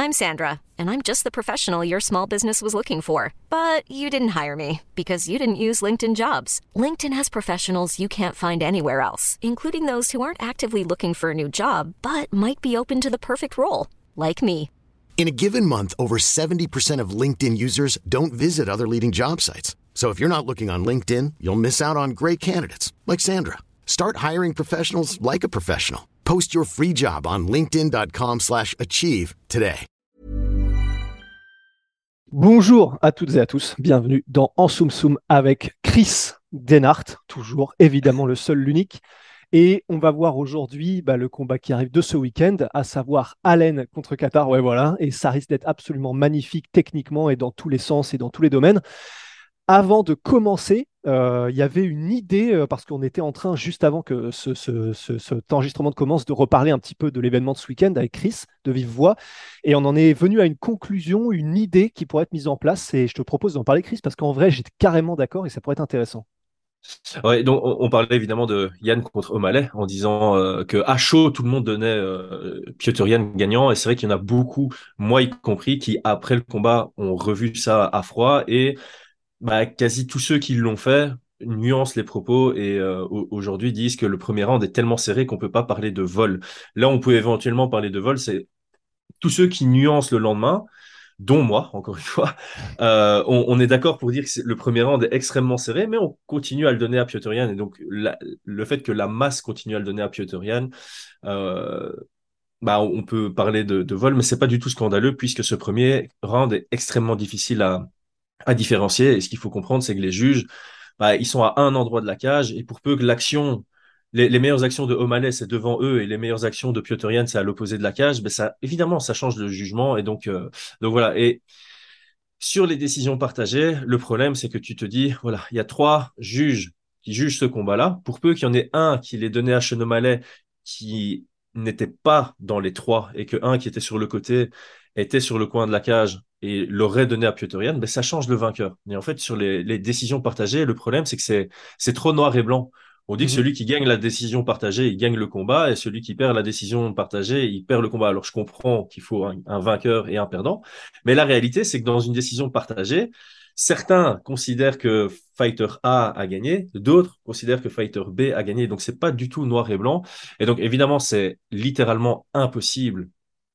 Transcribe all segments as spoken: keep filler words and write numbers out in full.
I'm Sandra, and I'm just the professional your small business was looking for. But you didn't hire me because you didn't use LinkedIn Jobs. LinkedIn has professionals you can't find anywhere else, including those who aren't actively looking for a new job, but might be open to the perfect role, like me. In a given month, over seventy percent of LinkedIn users don't visit other leading job sites. So if you're not looking on LinkedIn, you'll miss out on great candidates like Sandra. Start hiring professionals like a professional. Post your free job on linkedin.com slash achieve today. Bonjour à toutes et à tous, bienvenue dans En Soum Soum avec Chris Denhardt, toujours évidemment le seul, l'unique. Et on va voir aujourd'hui bah, le combat qui arrive de ce week-end, à savoir Allen contre Kattar. Ouais, voilà. Et ça risque d'être absolument magnifique techniquement et dans tous les sens et dans tous les domaines. Avant de commencer, euh, il y avait une idée, euh, parce qu'on était en train, juste avant que ce, ce, ce, cet enregistrement commence, de reparler un petit peu de l'événement de ce week-end avec Chris, de vive voix. Et on en est venu à une conclusion, une idée qui pourrait être mise en place. Et je te propose d'en parler, Chris, parce qu'en vrai, j'étais carrément d'accord et ça pourrait être intéressant. Ouais, donc on, on parlait évidemment de Yann contre O'Malley en disant euh, que à chaud tout le monde donnait euh, Petr Yan gagnant, et c'est vrai qu'il y en a beaucoup, moi y compris, qui après le combat ont revu ça à froid, et bah, quasi tous ceux qui l'ont fait nuancent les propos et euh, aujourd'hui disent que le premier round est tellement serré qu'on peut pas parler de vol. Là on peut éventuellement parler de vol, c'est tous ceux qui nuancent le lendemain, dont moi, encore une fois, euh, on, on est d'accord pour dire que c'est, le premier round est extrêmement serré, mais on continue à le donner à Petr Yan. Et donc, la, le fait que la masse continue à le donner à Petr Yan, euh, bah, on peut parler de, de vol, mais c'est pas du tout scandaleux puisque ce premier round est extrêmement difficile à, à différencier. Et ce qu'il faut comprendre, c'est que les juges, bah, ils sont à un endroit de la cage, et pour peu que l'action Les, les meilleures actions de O'Malley, c'est devant eux, et les meilleures actions de Petr Yan, c'est à l'opposé de la cage, ben ça, évidemment, ça change le jugement. Et donc, euh, donc voilà. Et sur les décisions partagées, le problème, c'est que tu te dis, voilà, il y a trois juges qui jugent ce combat-là. Pour peu qu'il y en ait un qui l'ait donné à Sean O'Malley, qui n'était pas dans les trois, et que un qui était sur le côté était sur le coin de la cage et l'aurait donné à Petr Yan, ben ça change le vainqueur. Et en fait, sur les, les décisions partagées, le problème, c'est que c'est, c'est trop noir et blanc. On dit que Mhm. celui qui gagne la décision partagée, il gagne le combat, et celui qui perd la décision partagée, il perd le combat. Alors je comprends qu'il faut un, un vainqueur et un perdant, mais la réalité, c'est que dans une décision partagée, certains considèrent que fighter A a gagné, d'autres considèrent que fighter B a gagné. Donc c'est pas du tout noir et blanc. Et donc évidemment, c'est littéralement impossible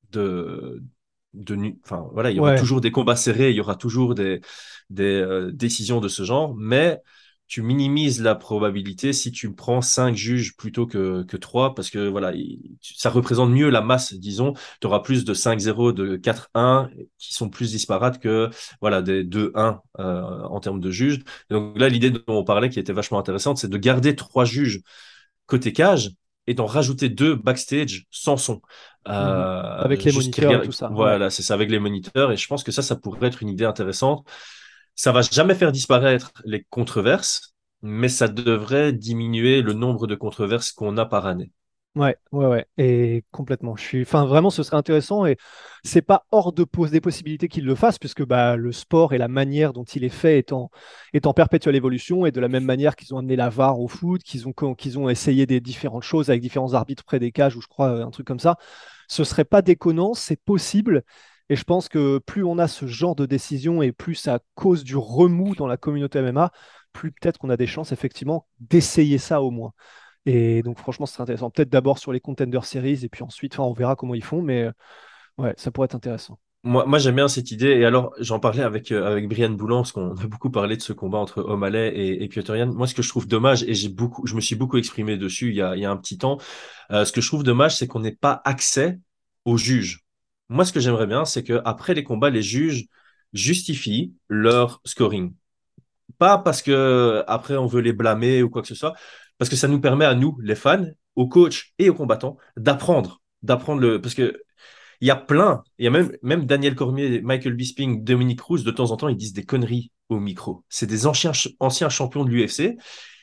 de de nu- enfin voilà, il y aura Ouais. toujours des combats serrés, il y aura toujours des des euh, décisions de ce genre, mais tu minimises la probabilité si tu prends cinq juges plutôt que, que trois, parce que voilà, il- ça représente mieux la masse, disons. Tu auras plus de cinq zéro, de quatre un, qui sont plus disparates que voilà, des deux un euh, en termes de juges. Et donc là, l'idée dont on parlait, qui était vachement intéressante, c'est de garder trois juges côté cage et d'en rajouter deux backstage sans son. Mhm. Avec Euh, les juste qui moniteurs et regardent, tout ça. Ouais. voilà, c'est ça, avec les moniteurs. Et je pense que ça, ça pourrait être une idée intéressante. Ça va jamais faire disparaître les controverses, mais ça devrait diminuer le nombre de controverses qu'on a par année. Ouais, ouais, ouais, et complètement. Je suis, enfin, vraiment, ce serait intéressant et c'est pas hors de pose des possibilités qu'il le fasse, puisque bah, le sport et la manière dont il est fait est en, est en perpétuelle évolution, et de la même manière qu'ils ont amené la V A R au foot, qu'ils ont, qu'ils ont essayé des différentes choses avec différents arbitres près des cages, ou je crois euh, un truc comme ça, ce serait pas déconnant, c'est possible. Et je pense que plus on a ce genre de décision et plus ça cause du remous dans la communauté M M A, plus peut-être qu'on a des chances effectivement d'essayer ça au moins. Et donc, franchement, c'est intéressant. Peut-être d'abord sur les Contender Series et puis ensuite, enfin, on verra comment ils font, mais euh, ouais, ça pourrait être intéressant. Moi, moi j'aime bien cette idée. Et alors, j'en parlais avec, euh, avec Brian Boulan, parce qu'on a beaucoup parlé de ce combat entre O'Malley et, et Petr Yan. Moi, ce que je trouve dommage, et j'ai beaucoup, je me suis beaucoup exprimé dessus il y a, il y a un petit temps, euh, ce que je trouve dommage, c'est qu'on n'ait pas accès aux juges. Moi, ce que j'aimerais bien, c'est que après les combats, les juges justifient leur scoring. Pas parce que après on veut les blâmer ou quoi que ce soit, parce que ça nous permet à nous, les fans, aux coachs et aux combattants, d'apprendre, d'apprendre le, parce que il y a plein, il y a même, même Daniel Cormier, Michael Bisping, Dominique Cruz, de temps en temps, ils disent des conneries au micro. C'est des anciens, anciens champions de l'U F C,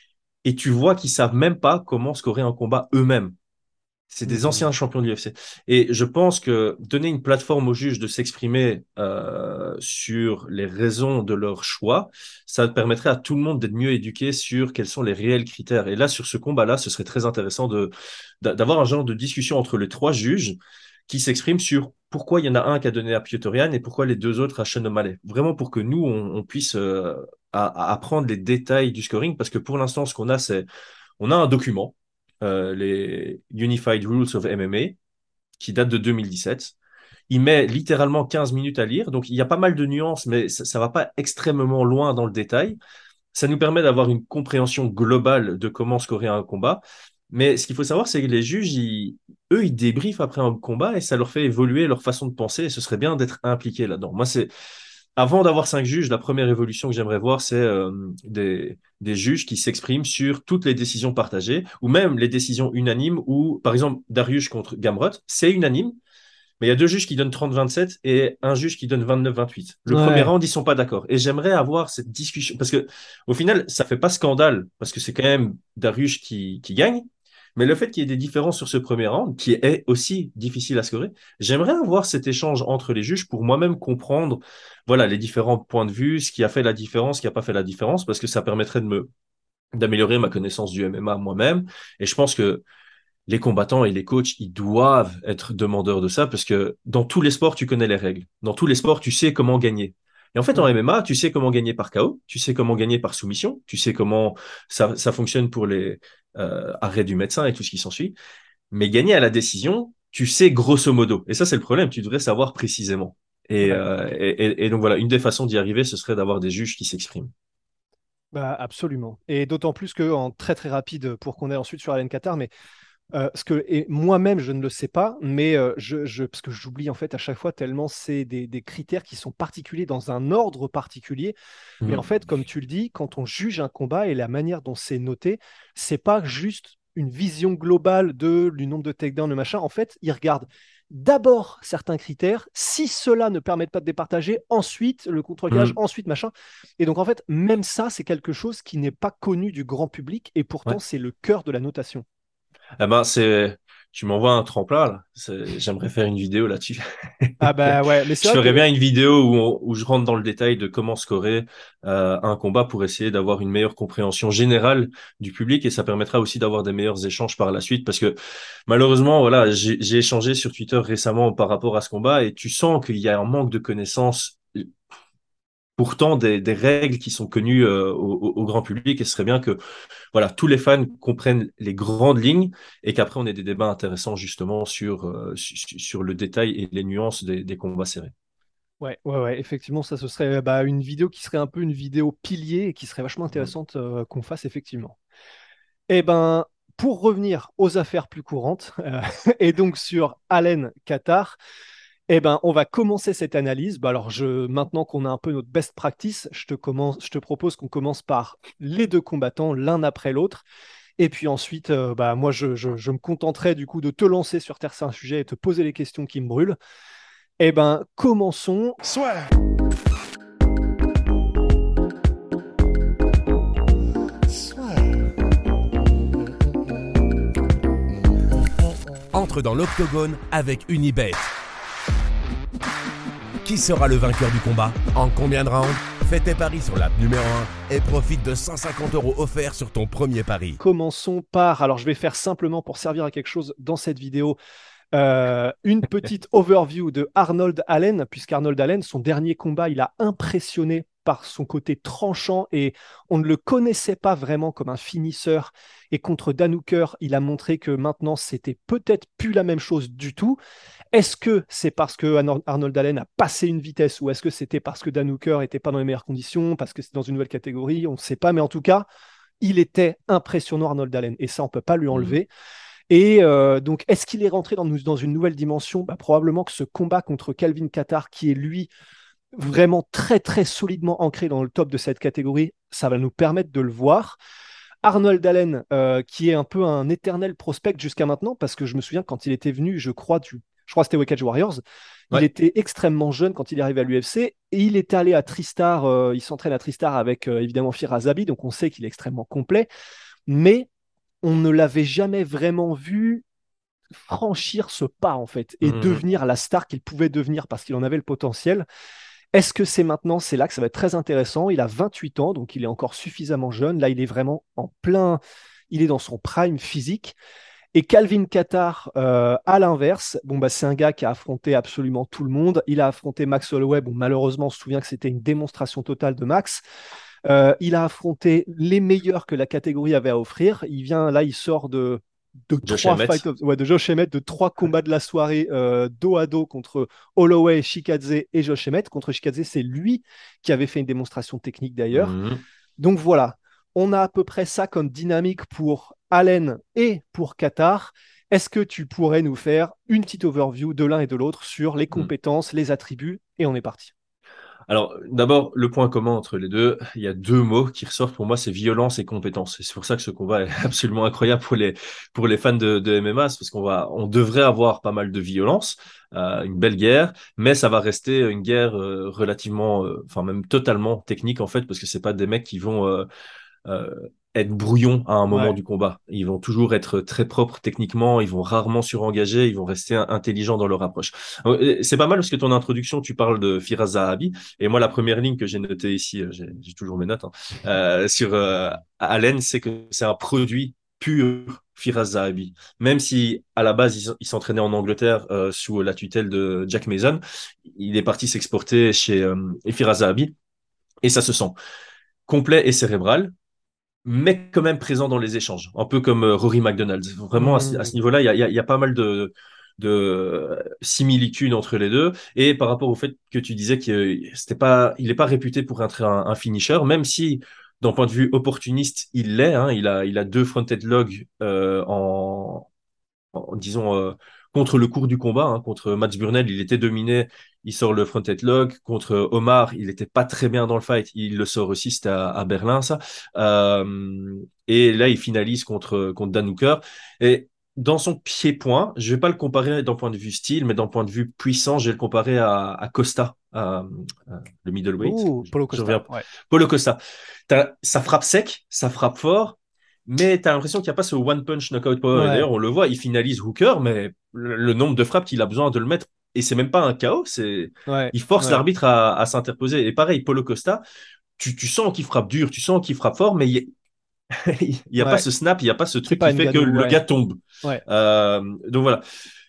et tu vois qu'ils savent même pas comment scorer un combat eux-mêmes. C'est des Mhm. anciens champions de l'U F C. Et je pense que donner une plateforme aux juges de s'exprimer euh, sur les raisons de leur choix, ça permettrait à tout le monde d'être mieux éduqué sur quels sont les réels critères. Et là, sur ce combat-là, ce serait très intéressant de, d'a- d'avoir un genre de discussion entre les trois juges qui s'expriment sur pourquoi il y en a un qui a donné à Piotr Jan et pourquoi les deux autres à Sean O'Malley. Vraiment pour que nous, on, on puisse euh, à, à apprendre les détails du scoring, parce que pour l'instant, ce qu'on a, c'est on a un document, euh, les Unified Rules of M M A, qui date de deux mille dix-sept. Il met littéralement quinze minutes à lire, donc il y a pas mal de nuances, mais ça, ça va pas extrêmement loin dans le détail. Ça nous permet d'avoir une compréhension globale de comment scorer un combat. Mais ce qu'il faut savoir, c'est que les juges, ils- eux, ils débriefent après un combat et ça leur fait évoluer leur façon de penser. Et ce serait bien d'être impliqué là-dedans. Moi, c'est avant d'avoir cinq juges, la première évolution que j'aimerais voir, c'est euh, des, des juges qui s'expriment sur toutes les décisions partagées ou même les décisions unanimes. Ou par exemple, Dariush contre Gamrot, c'est unanime. Mais il y a deux juges qui donnent trente vingt-sept et un juge qui donne vingt-neuf vingt-huit. Le premier Ouais. round, ils sont pas d'accord. Et j'aimerais avoir cette discussion parce que au final, ça fait pas scandale parce que c'est quand même Dariush qui, qui gagne. Mais le fait qu'il y ait des différences sur ce premier round, qui est aussi difficile à scorer, j'aimerais avoir cet échange entre les juges pour moi-même comprendre, voilà, les différents points de vue, ce qui a fait la différence, ce qui a pas fait la différence, parce que ça permettrait de me d'améliorer ma connaissance du M M A moi-même. Et je pense que les combattants et les coachs, ils doivent être demandeurs de ça parce que dans tous les sports, tu connais les règles. Dans tous les sports, tu sais comment gagner. Et en fait, en Ouais. M M A, tu sais comment gagner par K O, tu sais comment gagner par soumission, tu sais comment ça, ça fonctionne pour les euh, arrêts du médecin et tout ce qui s'ensuit. Mais gagner à la décision, tu sais grosso modo. Et ça, c'est le problème. Tu devrais savoir précisément. Et, Ouais. euh, et, et- et donc voilà, une des façons d'y arriver, ce serait d'avoir des juges qui s'expriment. Bah, absolument. Et d'autant plus que en très très rapide pour qu'on ait ensuite sur Alain Qatar, mais euh, ce que et moi-même je ne le sais pas, mais euh, je, je- parce que j'oublie en fait à chaque fois tellement c'est des, des critères qui sont particuliers dans un ordre particulier. Mais en Mhm. fait, comme tu le dis, quand on juge un combat et la manière dont c'est noté, c'est pas juste une vision globale de du nombre de takedowns, le machin. En fait, ils regardent d'abord certains critères. Si cela ne permet pas de départager, ensuite le contre-gage, Mhm. ensuite machin. Et donc en fait, même ça, c'est quelque chose qui n'est pas connu du grand public et pourtant Ouais. c'est le cœur de la notation. Eh ben, c'est, tu m'envoies un tremplin, là. C'est- J'aimerais faire une vidéo là-dessus. Ah bah ouais, mais c'est Je vrai ferais que bien une vidéo où, on- où je rentre dans le détail de comment scorer euh, un combat pour essayer d'avoir une meilleure compréhension générale du public et ça permettra aussi d'avoir des meilleurs échanges par la suite parce que malheureusement, voilà, j'ai j'ai échangé sur Twitter récemment par rapport à ce combat et tu sens qu'il y a un manque de connaissances pourtant des, des règles qui sont connues euh, au, au- au grand public et ce serait bien que voilà, tous les fans comprennent les grandes lignes et qu'après on ait des débats intéressants justement sur, euh, su- su- sur le détail et les nuances des, des combats serrés. ouais, ouais, ouais, effectivement, ça ce serait bah, une vidéo qui serait un peu une vidéo pilier et qui serait vachement Mm. intéressante euh, qu'on fasse effectivement. Eh ben, pour revenir aux affaires plus courantes, euh, et donc sur Allen Qatar, eh ben, on va commencer cette analyse. Bah, alors, je, maintenant qu'on a un peu notre best practice, je te, commence, je te propose qu'on commence par les deux combattants, l'un après l'autre. Et puis ensuite, euh, bah, moi, je, je- je me contenterai du coup de te lancer sur certains sujets et te poser les questions qui me brûlent. Eh ben, commençons. Swear. Entre dans l'octogone avec Unibet. Qui sera le vainqueur du combat? En combien de rounds? Fais tes paris sur l'app numéro un et profite de cent cinquante euros offerts sur ton premier pari. Commençons par, alors je vais faire simplement pour servir à quelque chose dans cette vidéo, euh, une petite overview de Arnold Allen, puisqu'Arnold Allen, son dernier combat, il a impressionné par son côté tranchant et on ne le connaissait pas vraiment comme un finisseur. Et contre Dan Hooker, il a montré que maintenant, c'était peut-être plus la même chose du tout. Est-ce que c'est parce que Arnold Allen a passé une vitesse ou est-ce que c'était parce que Dan Hooker n'était pas dans les meilleures conditions, parce que c'est dans une nouvelle catégorie? On ne sait pas, mais en tout cas, il était impressionnant, Arnold Allen, et ça, on ne peut pas lui Mm. enlever. Et euh, donc, est-ce qu'il est rentré dans, dans une nouvelle dimension? Bah, probablement que ce combat contre Calvin Kattar, qui est lui vraiment très, très solidement ancré dans le top de cette catégorie, ça va nous permettre de le voir. Arnold Allen, euh, qui est un peu un éternel prospect jusqu'à maintenant, parce que je me souviens quand il était venu, je crois, du, je crois que c'était Cage Warriors, il Ouais. était extrêmement jeune quand il est arrivé à l'U F C et il est allé à Tristar, euh, il s'entraîne à Tristar avec euh, évidemment Firas Zabi, donc on sait qu'il est extrêmement complet, mais on ne l'avait jamais vraiment vu franchir ce pas en fait et Mhm. devenir la star qu'il pouvait devenir parce qu'il en avait le potentiel. Est-ce que c'est maintenant, c'est là que ça va être très intéressant. Il a vingt-huit ans, donc il est encore suffisamment jeune. Là, il est vraiment en plein, il est dans son prime physique. Et Calvin Kattar, euh, à l'inverse, bon, bah, c'est un gars qui a affronté absolument tout le monde. Il a affronté Max Holloway. Bon, malheureusement, on se souvient que c'était une démonstration totale de Max. Euh, il a affronté les meilleurs que la catégorie avait à offrir. Il vient là, il sort de, de Josh trois Emmett. fight of- ouais, de Josh Emmett, de trois combats de la soirée euh, dos à dos contre Holloway, Shikadze et Josh Emmett. Contre Shikadze, c'est lui qui avait fait une démonstration technique d'ailleurs. Mhm. Donc voilà, on a à peu près ça comme dynamique pour Allen et pour Qatar. Est-ce que tu pourrais nous faire une petite overview de l'un et de l'autre sur les Mhm. compétences, les attributs, et on est parti. Alors, d'abord, le point commun entre les deux, il y a deux mots qui ressortent pour moi, c'est violence et compétence. Et c'est pour ça que ce combat est absolument incroyable pour les, pour les fans de, de M M A, c'est parce qu'on va, on devrait avoir pas mal de violence, euh, une belle guerre, mais ça va rester une guerre euh, relativement, euh, enfin même totalement technique en fait, parce que c'est pas des mecs qui vont euh, euh, être brouillons à un moment Ouais. du combat. Ils vont toujours être très propres techniquement, ils vont rarement surengager, ils vont rester intelligents dans leur approche. Euh, C'est pas mal parce que ton introduction, tu parles de Firas Zahabi, et moi la première ligne que j'ai notée ici, euh, j'ai j'ai toujours mes notes, hein, euh, sur euh, Allen, c'est que c'est un produit pur Firas Zahabi. Même si à la base il, il s'entraînait en Angleterre euh, sous la tutelle de Jack Mason, il est parti s'exporter chez euh, Firas Zahabi et ça se sent complet et cérébral, mais quand même présent dans les échanges, un peu comme euh, Rory McDonald. Vraiment, à ce, à Hmm. ce niveau-là, il y a, il y a- il y a pas mal de, de euh, similitudes entre les deux. Et par rapport au fait que tu disais qu'il c'était pas, il n'est pas réputé pour être un, un finisher, même si, d'un point de vue opportuniste, il l'est. Hein, il a, il a deux fronted logs euh, en, en- disons, euh, contre le cours du combat. Hein, contre Mats Burnell, il était dominé, il sort le front headlock. Contre Omar, il n'était pas très bien dans le fight, il le sort aussi, c'était à, à Berlin, ça. Euh, et là, il finalise contre, contre Dan Hooker. Et dans son pied-point, je vais pas le comparer d'un point de vue style, mais d'un point de vue puissance, je vais le comparer à, à Costa, à, à- le middleweight. Ouh, Je, Paulo je Costa. reviens. Ouais. Paulo Costa. T'as- ça frappe sec, ça frappe fort, mais tu as l'impression qu'il n'y a pas ce one punch knockout power. Et Ouais. d'ailleurs, on le voit, il finalise Hooker, mais le, le nombre de frappes qu'il a besoin de le mettre, et c'est même pas un K O, c'est Ouais. il force Ouais. l'arbitre à, à s'interposer. Et pareil, Paulo Costa, tu, tu sens qu'il frappe dur, tu sens qu'il frappe fort, mais il n'y a, pas Ouais. ce snap, il n'y a pas ce C'est truc pas qui fait que Ngannou. le Ouais. gars tombe. Ouais. Euh, donc voilà.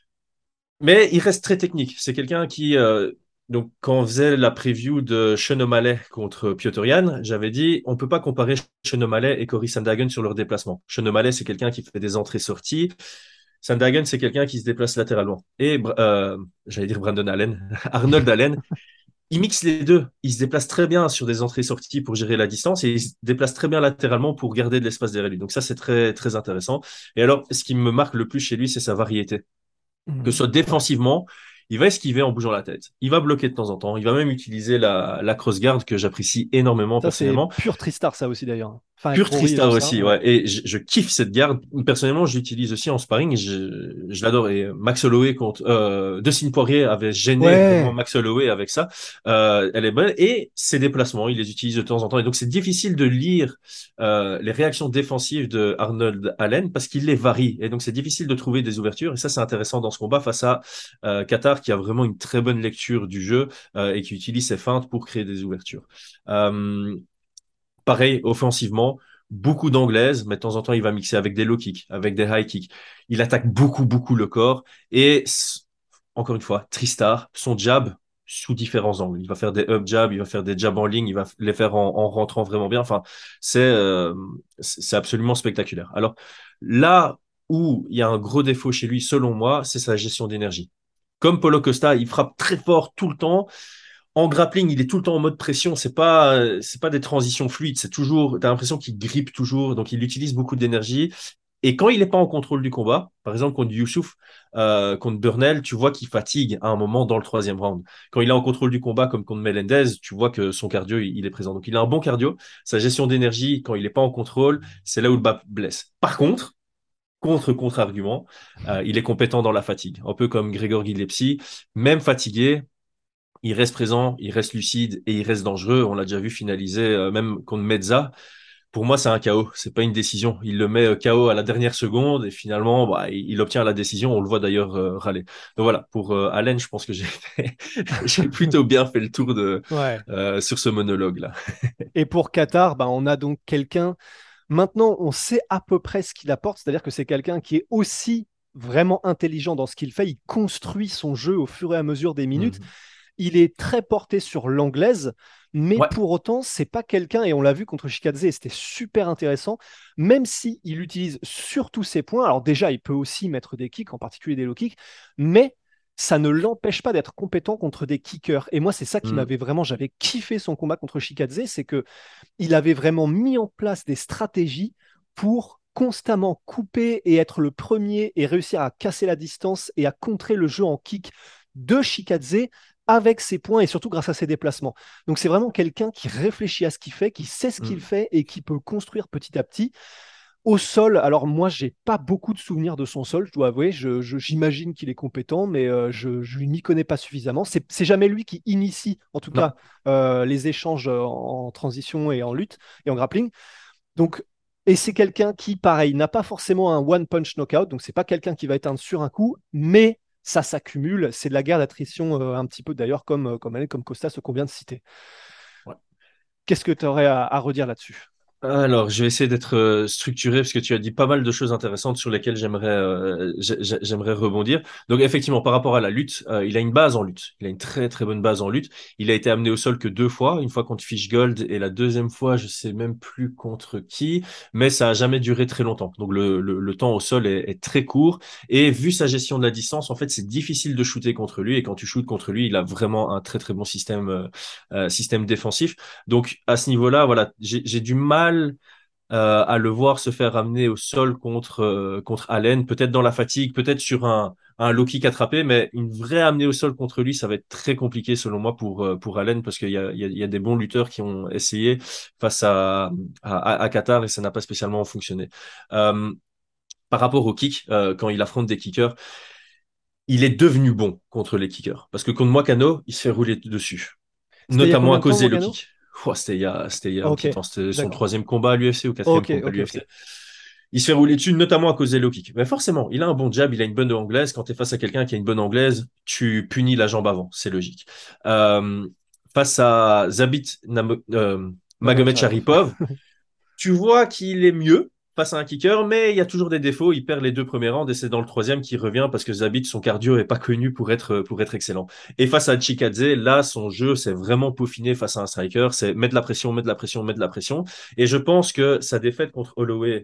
Mais il reste très technique. C'est quelqu'un qui, euh, donc, quand on faisait la preview de Sean O'Malley contre Piotr Jan, j'avais dit on peut pas comparer Sean O'Malley et Cory Sandhagen sur leur déplacement. Sean O'Malley, c'est quelqu'un qui fait des entrées-sorties. Sandhagen, c'est quelqu'un qui se déplace latéralement. Et euh, j'allais dire Brandon Allen, Arnold Allen, il mixe les deux. Il se déplace très bien sur des entrées-sorties pour gérer la distance et il se déplace très bien latéralement pour garder de l'espace derrière lui. Donc ça, c'est très, très intéressant. Et alors, ce qui me marque le plus chez lui, c'est sa variété que ce Hmm. soit Ouais. défensivement, il va esquiver en bougeant la tête. Il va bloquer de temps en temps. Il va même utiliser la, la cross-guard que j'apprécie énormément Ça, c'est personnellement. pur Tristar, ça aussi, d'ailleurs. Enfin, avec Pur Rory et Tristar tout ça. aussi, Ouais. ouais. Et je, je kiffe cette garde. Personnellement, je l'utilise aussi en sparring. Je, je l'adore. Et Max Holloway contre euh, Dustin Poirier avait gêné vraiment Ouais. Max Holloway avec ça. Euh, elle est bonne. Et ses déplacements, il les utilise de temps en temps. Et donc, c'est difficile de lire euh, les réactions défensives de Arnold Allen parce qu'il les varie. Et donc, c'est difficile de trouver des ouvertures. Et ça, c'est intéressant dans ce combat face à euh, Qatar qui a vraiment une très bonne lecture du jeu euh, et qui utilise ses feintes pour créer des ouvertures. Euh, Pareil, offensivement, beaucoup d'anglaises, mais de temps en temps, il va mixer avec des low kicks, avec des high kicks. Il attaque beaucoup, beaucoup le corps. Et encore une fois, Tristar, son jab sous différents angles. Il va faire des up jabs, il va faire des jabs en ligne, il va les faire en, en rentrant vraiment bien. Enfin, c'est euh, c'est absolument spectaculaire. Alors là où il y a un gros défaut chez lui, selon moi, c'est sa gestion d'énergie. Comme Paulo Costa, il frappe très fort tout le temps, en grappling, il est tout le temps en mode pression. C'est pas, euh, c'est pas des transitions fluides. C'est toujours, t'as l'impression qu'il grippe toujours. Donc, il utilise beaucoup d'énergie. Et quand il n'est pas en contrôle du combat, par exemple contre Youssouf, euh, contre Burnell, tu vois qu'il fatigue à un moment dans le troisième round. Quand il est en contrôle du combat, comme contre Melendez, tu vois que son cardio, il, il est présent. Donc il a un bon cardio. Sa gestion d'énergie, quand il n'est pas en contrôle, c'est là où le bas blesse. Par contre, contre contre-argument, euh, il est compétent dans la fatigue. Un peu comme Grégor Gillespie, même fatigué, il reste présent, il reste lucide et il reste dangereux. On l'a déjà vu finaliser euh, même contre Mezza. Pour moi, c'est un K O. C'est pas une décision. Il le met euh, K O à la dernière seconde et finalement, bah, il, il obtient la décision. On le voit d'ailleurs euh, râler. Donc voilà, pour euh, Allen, je pense que j'ai fait- j'ai plutôt bien fait le tour de Ouais. euh, sur ce monologue-là. Et pour Qatar, bah, on a donc quelqu'un. Maintenant, on sait à peu près ce qu'il apporte, c'est-à-dire que c'est quelqu'un qui est aussi vraiment intelligent dans ce qu'il fait. Il construit son jeu au fur et à mesure des minutes. Mhm. Il est très porté sur l'anglaise, mais Ouais. pour autant, c'est pas quelqu'un, et on l'a vu contre Shikadze, et c'était super intéressant, même si il utilise surtout ses points. Alors déjà, il peut aussi mettre des kicks, en particulier des low kicks, mais ça ne l'empêche pas d'être compétent contre des kickers. Et moi, c'est ça qui Mhm. m'avait vraiment, j'avais kiffé son combat contre Shikadze, c'est que il avait vraiment mis en place des stratégies pour constamment couper et être le premier et réussir à casser la distance et à contrer le jeu en kick de Shikadze avec ses points et surtout grâce à ses déplacements. Donc c'est vraiment quelqu'un qui réfléchit à ce qu'il fait, qui sait ce qu'il Mhm. fait et qui peut construire petit à petit. Au sol, alors moi, j'ai pas beaucoup de souvenirs de son sol, je dois avouer. Je, je- j'imagine qu'il est compétent, mais euh, je ne m'y connais pas suffisamment. C'est, c'est jamais lui qui initie, en tout cas, Non. euh, les échanges euh, en transition et en lutte et en grappling. Donc, et c'est quelqu'un qui, pareil, n'a pas forcément un one punch knockout. Donc, c'est pas quelqu'un qui va éteindre sur un coup, mais ça s'accumule. C'est de la guerre d'attrition euh, un petit peu d'ailleurs, comme euh, comme, comme Costa, ce qu'on vient de citer. Ouais. Qu'est-ce que tu aurais à, à redire là-dessus? Alors, je vais essayer d'être euh, structuré parce que tu as dit pas mal de choses intéressantes sur lesquelles j'aimerais euh, j'ai- j'ai- j'aimerais rebondir. Donc, effectivement, par rapport à la lutte, euh, il a une base en lutte. Il a une très très bonne base en lutte. Il a été amené au sol que deux fois, une fois contre Fishgold et la deuxième fois, je sais même plus contre qui, mais ça a jamais duré très longtemps. Donc, le, le, le temps au sol est, est très court et vu sa gestion de la distance, en fait, c'est difficile de shooter contre lui et quand tu shootes contre lui, il a vraiment un très très bon système euh, euh, système défensif. Donc à ce niveau-là, voilà, j'ai j'ai du mal euh, à le voir se faire ramener au sol contre euh, contre Allen, peut-être dans la fatigue, peut-être sur un un low kick attrapé, mais une vraie amenée au sol contre lui, ça va être très compliqué selon moi pour euh, pour Allen parce qu'il y a il y a, il y a des bons lutteurs qui ont essayé face à à, à Qatar et ça n'a pas spécialement fonctionné. Euh, Par rapport au kick, euh, quand il affronte des kickers, il est devenu bon contre les kickers parce que contre Moicano, il se fait rouler dessus C'était il y a notamment combien à de temps, cause des low Morgano? kicks. Ouah, c'était il y a, c'était il y a un Ok, petit temps. C'était son d'accord. troisième combat à l'U F C ou quatrième Ok, combat à ok, ok. l'U F C. Il se fait rouler dessus, notamment à cause des low kicks. Mais forcément, il a un bon jab, il a une bonne anglaise. Quand tu es face à quelqu'un qui a une bonne anglaise, tu punis la jambe avant. C'est logique. Euh, Face à Zabit Namo- euh, Magomed Magomed Sharipov. Sharipov, tu vois qu'il est mieux face à un kicker, mais il y a toujours des défauts. Il perd les deux premiers rounds et c'est dans le troisième qu'il revient parce que Zabit, son cardio est pas connu pour être, pour être excellent. Et face à Chikadze, là, son jeu, c'est vraiment peaufiné face à un striker. C'est mettre de la pression, mettre de la pression, mettre de la pression. Et je pense que sa défaite contre Holloway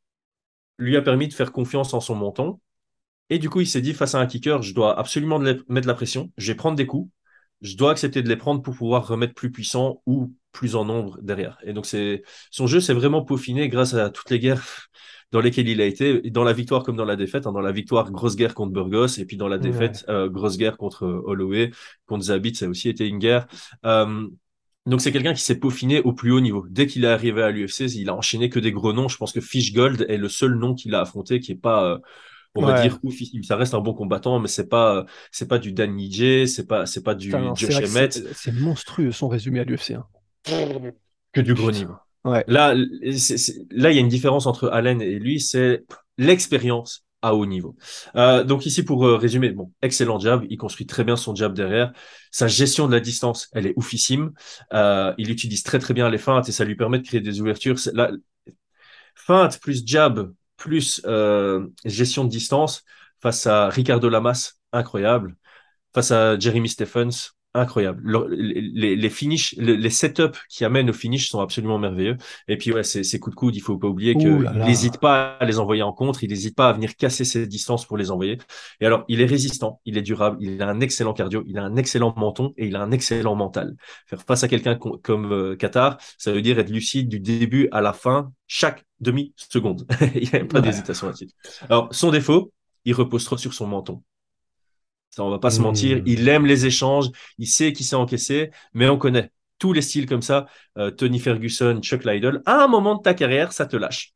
lui a permis de faire confiance en son menton. Et du coup, il s'est dit, face à un kicker, je dois absolument de la- mettre de la pression. Je vais prendre des coups. Je dois accepter de les prendre pour pouvoir remettre plus puissant ou plus en nombre derrière. Et donc, c'est son jeu s'est vraiment peaufiné grâce à toutes les guerres dans lesquelles il a été, dans la victoire comme dans la défaite. Hein. Dans la victoire, grosse guerre contre Burgos, et puis dans la Ouais. défaite, euh, grosse guerre contre euh, Holloway, contre Zabit, ça a aussi été une guerre. Euh, donc c'est quelqu'un qui s'est peaufiné au plus haut niveau. Dès qu'il est arrivé à l'U F C, il a enchaîné que des gros noms. Je pense que Fish Gold est le seul nom qu'il a affronté qui est pas euh, on va Ouais. dire oufissime. Ça reste un bon combattant, mais c'est pas c'est pas du Dan Ige, c'est pas c'est pas Putain, du non, c'est Josh vrai que c'est Emmett, c'est monstrueux son résumé à l'U F C, hein. que du gros Putain. niveau. Ouais. Là, c'est- c'est- là, il y a une différence entre Allen et lui, c'est l'expérience à haut niveau. Euh, donc ici, pour euh, résumer, bon, excellent jab, il construit très bien son jab derrière. Sa gestion de la distance, elle est oufissime. Euh, il utilise très très bien les feintes et ça lui permet de créer des ouvertures. C'est- Là, feinte plus jab plus euh, gestion de distance face à Ricardo Lamas, incroyable. Face à Jeremy Stephens, incroyable. Le- les, les, les finishes, les, les setups qui amènent au finish sont absolument merveilleux. Et puis ouais, ces, ces coups de coude, il faut pas oublier Ouh qu'il là n'hésite là. pas à les envoyer en contre, il n'hésite pas à venir casser ses distances pour les envoyer. Et alors, il est résistant, il est durable, il a un excellent cardio, il a un excellent menton et il a un excellent mental. Faire face à quelqu'un com- comme euh, Qatar, ça veut dire être lucide du début à la fin, chaque demi-seconde. Il n'y a pas Ouais. d'hésitation là-dessus. Alors, son défaut, il repose trop sur son menton. Ça, on va pas se mentir. Il Hmm. aime les échanges. Il sait qui s'est encaissé, mais on connaît tous les styles comme ça. Euh, Tony Ferguson, Chuck Liddell. À un moment de ta carrière, ça te lâche.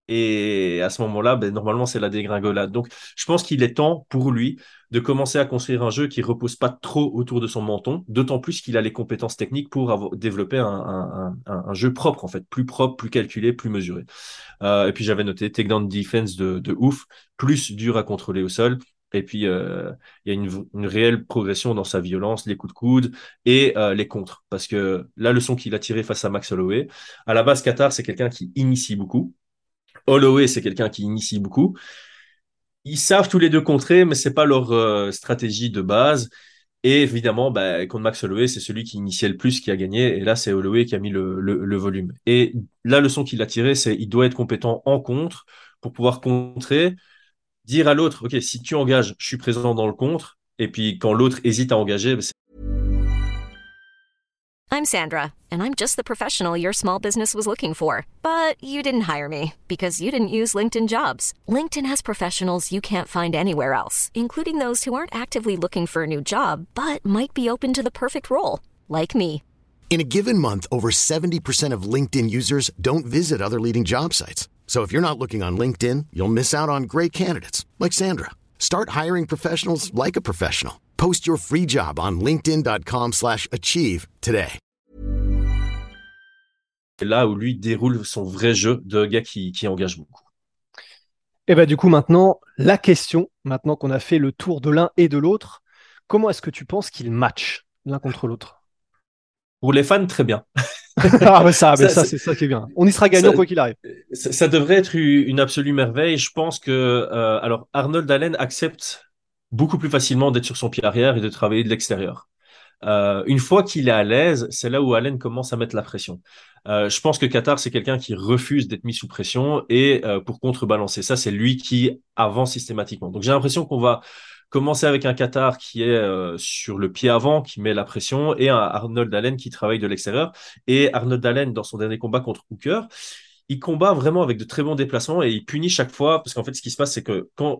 Et à ce moment-là, ben, normalement, c'est la dégringolade. Donc, je pense qu'il est temps pour lui de commencer à construire un jeu qui repose pas trop autour de son menton, d'autant plus qu'il a les compétences techniques pour avoir, développer un, un, un, un jeu propre, en fait, plus propre, plus calculé, plus mesuré. Euh, et puis, j'avais noté takedown defense de, de ouf, plus dur à contrôler au sol Et puis, euh, il y a une, une réelle progression dans sa violence, les coups de coude et euh, les contres. Parce que la leçon qu'il a tirée face à Max Holloway, à la base, Qatar, c'est quelqu'un qui initie beaucoup. Holloway, c'est quelqu'un qui initie beaucoup. Ils savent tous les deux contrer, mais c'est pas leur euh, stratégie de base. Et évidemment, bah, contre Max Holloway, c'est celui qui initiait le plus qui a gagné. Et là, c'est Holloway qui a mis le, le, le volume. Et la leçon qu'il a tirée, c'est il doit être compétent en contre pour pouvoir contrer, dire à l'autre, OK, si tu engages, je suis présent dans le contre. Et puis quand l'autre hésite à engager, bah, c'est I'm Sandra, and I'm just the professional your small business was looking for. But you didn't hire me because you didn't use LinkedIn Jobs. LinkedIn has professionals you can't find anywhere else, including those who aren't actively looking for a new job, but might be open to the perfect role, like me. In a given month, over seventy percent of LinkedIn users don't visit other leading job sites. So if you're not looking on LinkedIn, you'll miss out on great candidates like Sandra. Start hiring professionals like a professional. Post your free job on linkedin dot com slash achieve today. là où lui déroule son vrai jeu de gars qui, qui engage beaucoup. Et bah du coup maintenant, la question, maintenant qu'on a fait le tour de l'un et de l'autre, comment est-ce que tu penses qu'ils matchent l'un contre l'autre? Pour les fans, très bien. Ah bah ça, mais Ça, ça c'est- c'est ça qui est bien. On y sera gagnant ça- quoi qu'il arrive. Ça, ça devrait être u- une absolue merveille. Je pense que euh, alors Arnold Allen accepte beaucoup plus facilement d'être sur son pied arrière et de travailler de l'extérieur. Euh, une fois qu'il est à l'aise, c'est là où Allen commence à mettre la pression. Euh, je pense que Qatar, c'est quelqu'un qui refuse d'être mis sous pression et euh, pour contrebalancer ça, c'est lui qui avance systématiquement. Donc j'ai l'impression qu'on va commencer avec un Qatar qui est euh, sur le pied avant, qui met la pression, et un Arnold Allen qui travaille de l'extérieur. Et Arnold Allen, dans son dernier combat contre Hooker, il combat vraiment avec de très bons déplacements et il punit chaque fois, parce qu'en fait, ce qui se passe, c'est que quand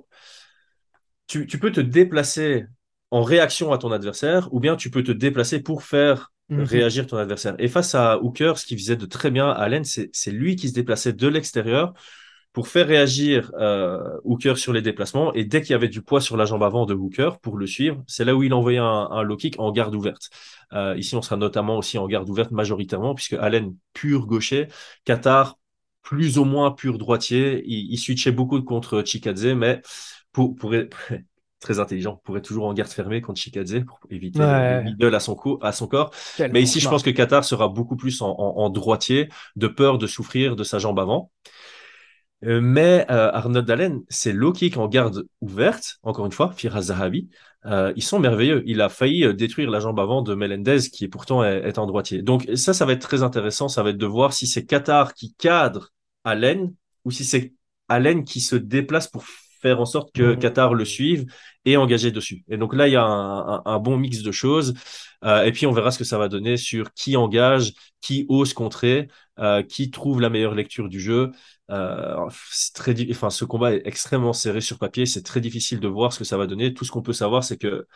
tu, tu peux te déplacer en réaction à ton adversaire, ou bien tu peux te déplacer pour faire Mhm. réagir ton adversaire. Et face à Hooker, ce qui faisait de très bien à Allen, c'est c'est lui qui se déplaçait de l'extérieur pour faire réagir euh, Hooker sur les déplacements. Et dès qu'il y avait du poids sur la jambe avant de Hooker, pour le suivre, c'est là où il envoyait un, un low kick en garde ouverte. Euh, ici, on sera notamment aussi en garde ouverte majoritairement, puisque Allen, pur gaucher, Qatar, plus ou moins pur droitier. Il, il switchait beaucoup contre Chikadze, mais pour, pour, très intelligent, pourrait toujours en garde fermée contre Chikadze pour éviter les, les Ouais, middle à son, co- à son corps. Mais tellement ici, je pense smart. que Qatar sera beaucoup plus en, en, en droitier, de peur de souffrir de sa jambe avant. Euh, mais euh, Arnold Allen, c'est low kick en garde ouverte, encore une fois, Firas Zahabi, euh, ils sont merveilleux. Il a failli euh, détruire la jambe avant de Melendez, qui est pourtant est, est en droitier. Donc ça, ça va être très intéressant. Ça va être de voir si c'est Qatar qui cadre Allen ou si c'est Allen qui se déplace pour faire en sorte que Qatar le Mhm. suive et engager dessus. Et donc là, il y a un, un, un bon mix de choses. Euh, et puis on verra ce que ça va donner sur qui engage, qui ose contrer, euh, qui trouve la meilleure lecture du jeu. Euh, c'est très, di- enfin, ce combat est extrêmement serré sur papier. C'est très difficile de voir ce que ça va donner. Tout ce qu'on peut savoir, c'est que